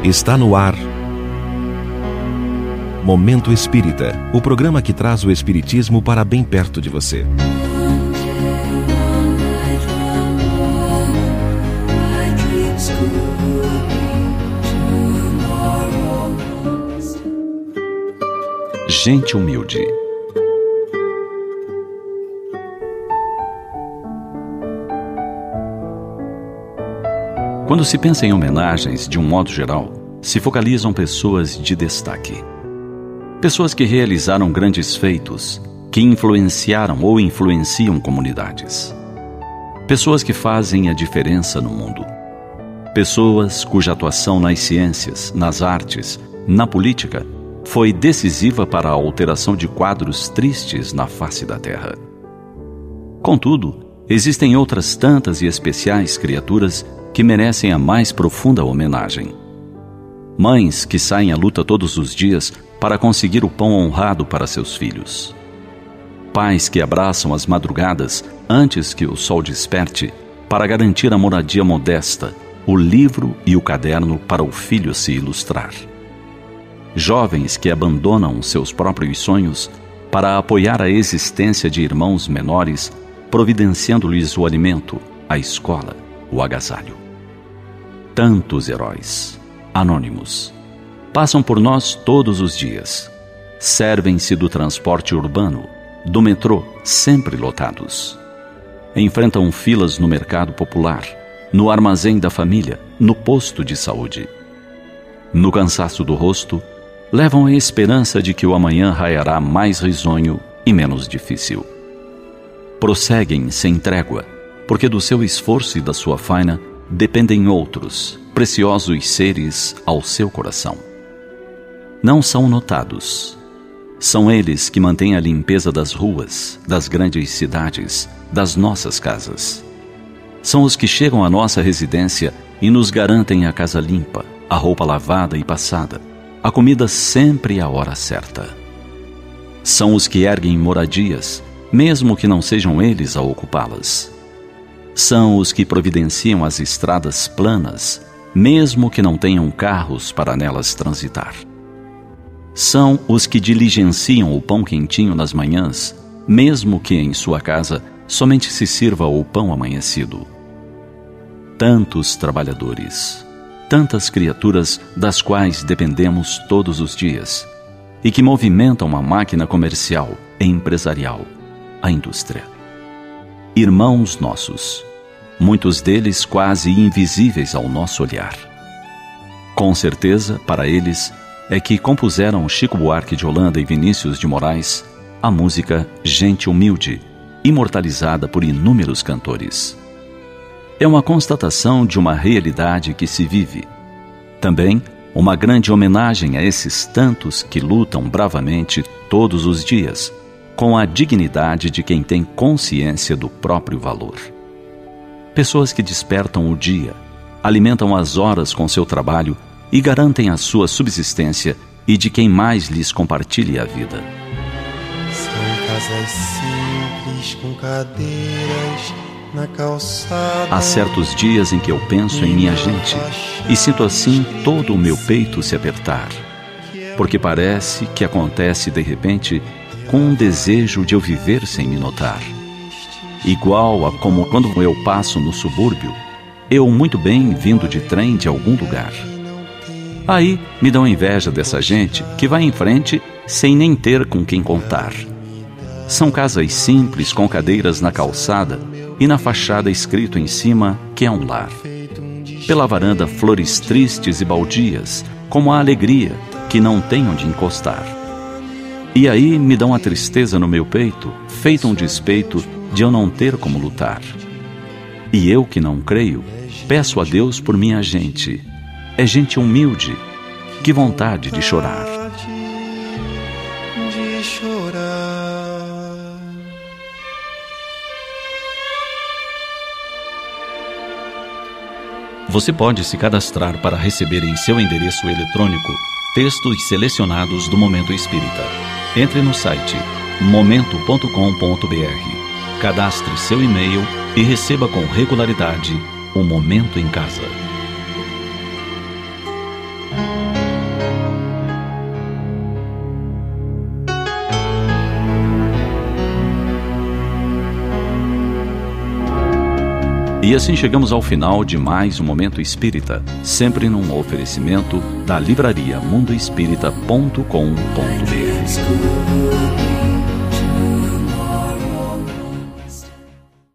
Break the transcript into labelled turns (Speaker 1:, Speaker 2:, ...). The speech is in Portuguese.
Speaker 1: Está no ar Momento Espírita, o programa que traz o espiritismo para bem perto de você.
Speaker 2: Gente humilde. Quando se pensa em homenagens, de um modo geral, se focalizam pessoas de destaque. Pessoas que realizaram grandes feitos, que influenciaram ou influenciam comunidades. Pessoas que fazem a diferença no mundo. Pessoas cuja atuação nas ciências, nas artes, na política, foi decisiva para a alteração de quadros tristes na face da Terra. Contudo, existem outras tantas e especiais criaturas que merecem a mais profunda homenagem. Mães que saem à luta todos os dias para conseguir o pão honrado para seus filhos. Pais que abraçam as madrugadas antes que o sol desperte para garantir a moradia modesta, o livro e o caderno para o filho se ilustrar. Jovens que abandonam seus próprios sonhos para apoiar a existência de irmãos menores, providenciando-lhes o alimento, a escola, o agasalho. Tantos heróis, anônimos, passam por nós todos os dias. Servem-se do transporte urbano, do metrô, sempre lotados. Enfrentam filas no mercado popular, no armazém da família, no posto de saúde. No cansaço do rosto, levam a esperança de que o amanhã raiará mais risonho e menos difícil. Prosseguem sem trégua, porque do seu esforço e da sua faina dependem outros, preciosos seres ao seu coração. Não são notados. São eles que mantêm a limpeza das ruas, das grandes cidades, das nossas casas. São os que chegam à nossa residência e nos garantem a casa limpa, a roupa lavada e passada, a comida sempre à hora certa. São os que erguem moradias, mesmo que não sejam eles a ocupá-las. São os que providenciam as estradas planas, mesmo que não tenham carros para nelas transitar. São os que diligenciam o pão quentinho nas manhãs, mesmo que em sua casa somente se sirva o pão amanhecido. Tantos trabalhadores, tantas criaturas das quais dependemos todos os dias e que movimentam a máquina comercial e empresarial, a indústria. Irmãos nossos, muitos deles quase invisíveis ao nosso olhar. Com certeza, para eles, é que compuseram Chico Buarque de Holanda e Vinícius de Moraes a música Gente Humilde, imortalizada por inúmeros cantores. É uma constatação de uma realidade que se vive. Também uma grande homenagem a esses tantos que lutam bravamente todos os dias, com a dignidade de quem tem consciência do próprio valor. Pessoas que despertam o dia, alimentam as horas com seu trabalho e garantem a sua subsistência e de quem mais lhes compartilhe a vida.
Speaker 3: São casas simples com cadeiras na calçada.
Speaker 2: Há certos dias em que eu penso em minha gente e sinto assim todo o meu peito se apertar, porque parece que acontece de repente com um desejo de eu viver sem me notar. Igual a como quando eu passo no subúrbio, eu muito bem vindo de trem de algum lugar. Aí me dão inveja dessa gente que vai em frente sem nem ter com quem contar. São casas simples com cadeiras na calçada e na fachada escrito em cima que é um lar. Pela varanda flores tristes e baldias, como a alegria que não tem onde encostar. E aí me dão a tristeza no meu peito, feito um despeito de eu não ter como lutar. E eu que não creio, peço a Deus por minha gente. É gente humilde, que vontade de chorar. Você pode se cadastrar para receber em seu endereço eletrônico textos selecionados do Momento Espírita. Entre no site momento.com.br, cadastre seu e-mail e receba com regularidade o Momento em Casa. E assim chegamos ao final de mais um Momento Espírita, sempre num oferecimento da livraria mundoespírita.com.br.